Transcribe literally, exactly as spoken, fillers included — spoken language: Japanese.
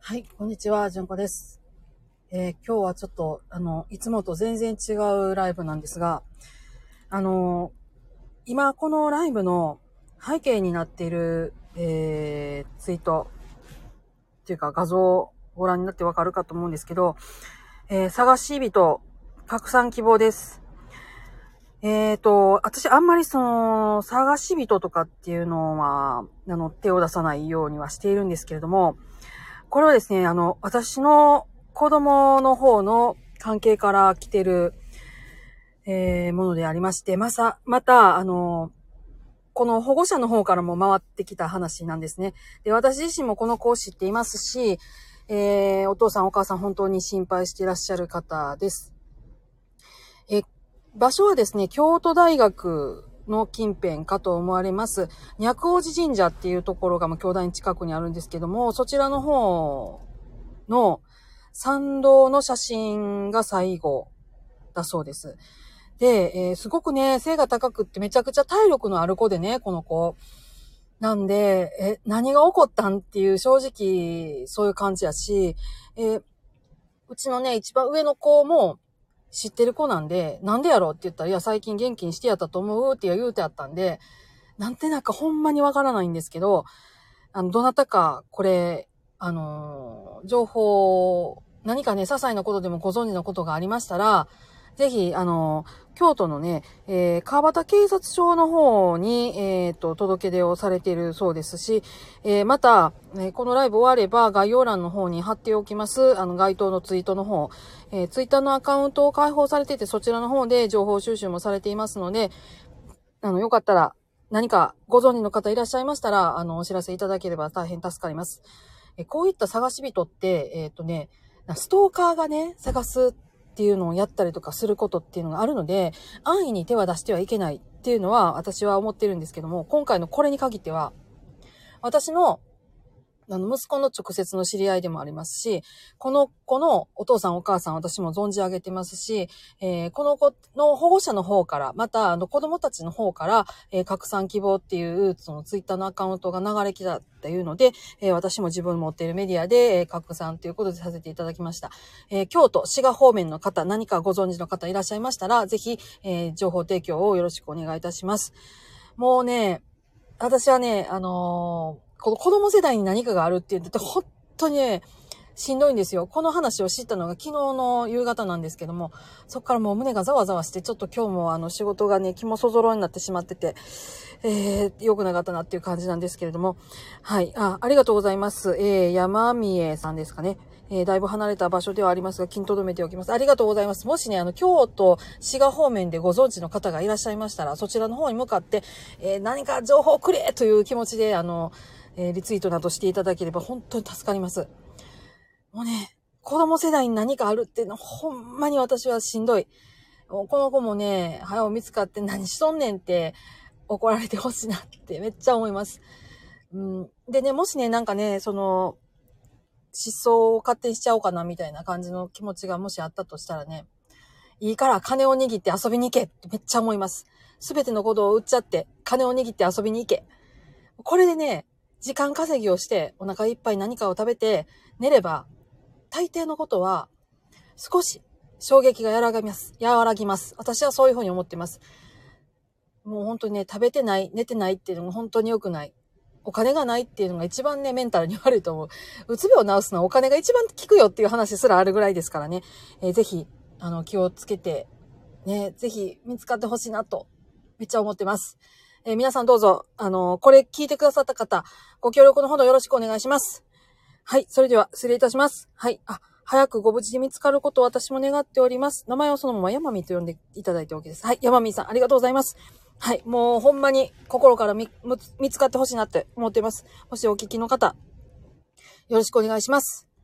はい、こんにちは、じゅんこです。えー、今日はちょっと、あの、いつもと全然違うライブなんですが、あの、今このライブの背景になっている、えー、ツイートっていうか画像をご覧になってわかるかと思うんですけど、えー、探し人、拡散希望です。えーと、私あんまりその、探し人とかっていうのは、あの、手を出さないようにはしているんですけれども、これはですね、あの、私の子供の方の関係から来てる、えー、ものでありまして、まさ、また、あの、この保護者の方からも回ってきた話なんですね。で、私自身もこの子を知っていますし、えー、お父さんお母さん本当に心配していらっしゃる方です。え、場所はですね、京都大学の近辺かと思われます。若王子神社っていうところが、まあ、京大の近くにあるんですけども、そちらの方の参道の写真が最後だそうです。で、えー、すごくね、背が高くってめちゃくちゃ体力のある子でね、この子。なんで、え、何が起こったんっていう正直そういう感じやし、えー、うちのね、一番上の子も知ってる子なんで、なんでやろうって言ったら、いや、最近元気にしてやったと思うって言うてあったんで、なんてなんかほんまにわからないんですけど、あの、どなたか、これ、あのー、情報、何かね、些細なことでもご存知のことがありましたら、ぜひ、あのー、京都のね、えー、川端警察署の方に、えっと、届け出をされているそうですし、えー、また、えー、このライブ終われば概要欄の方に貼っておきます、あの、該当のツイートの方、えー、ツイッターのアカウントを開放されてて、そちらの方で情報収集もされていますので、あの、よかったら、何かご存知の方いらっしゃいましたら、あの、お知らせいただければ大変助かります。えこういった探し人って、えっとね、ストーカーがね、探すっていうのをやったりとかすることっていうのがあるので、安易に手は出してはいけないっていうのは私は思ってるんですけども、今回のこれに限っては、私のあの、息子の直接の知り合いでもありますし、この子のお父さんお母さん私も存じ上げてますし、えー、この子の保護者の方から、またあの子供たちの方から、えー、拡散希望っていう、そのツイッターのアカウントが流れ来たっていうので、えー、私も自分持っているメディアで、えー、拡散ということでさせていただきました。えー、京都、滋賀方面の方、何かご存知の方いらっしゃいましたら、ぜひ、えー、情報提供をよろしくお願いいたします。もうね、私はね、あのー、この子供世代に何かがあるって言ってて、本当にね、しんどいんですよ。この話を知ったのが昨日の夕方なんですけども、そっからもう胸がざわざわして、ちょっと今日もあの仕事がね、気もそぞろになってしまってて、えー、良くなかったなっていう感じなんですけれども、はい、あ、ありがとうございます。えー、山見えさんですかね。えー、だいぶ離れた場所ではありますが、金とどめておきます。ありがとうございます。もしね、あの、京都、滋賀方面でご存知の方がいらっしゃいましたら、そちらの方に向かって、えー、何か情報をくれという気持ちで、あの、えー、リツイートなどしていただければ本当に助かります。もうね、子供世代に何かあるっていうの、ほんまに私はしんどい。この子もね、早う見つかって何しとんねんって怒られてほしいなってめっちゃ思います。うん、でね、もしね、なんかね、その、失踪を勝手にしちゃおうかなみたいな感じの気持ちがもしあったとしたらね、いいから金を握って遊びに行けってめっちゃ思います。すべてのことを売っちゃって金を握って遊びに行け。これでね、時間稼ぎをしてお腹いっぱい何かを食べて寝れば、大抵のことは少し衝撃が和らぎます。和らぎます。私はそういうふうに思ってます。もう本当にね、食べてない、寝てないっていうのが本当に良くない。お金がないっていうのが一番ね、メンタルに悪いと思う。うつ病を治すのはお金が一番効くよっていう話すらあるぐらいですからね。えー、ぜひ、あの、気をつけて、ね、ぜひ見つかってほしいなと、めっちゃ思ってます。えー、皆さんどうぞ、あの、これ聞いてくださった方、ご協力のほどよろしくお願いします。はい、それでは失礼いたします。はい、あ、早くご無事に見つかることを私も願っております。名前をそのままヤマミと呼んでいただいておきです。はい、ヤマミさんありがとうございます。はい、もうほんまに心から見、見つかってほしいなって思っています。もしお聞きの方、よろしくお願いします。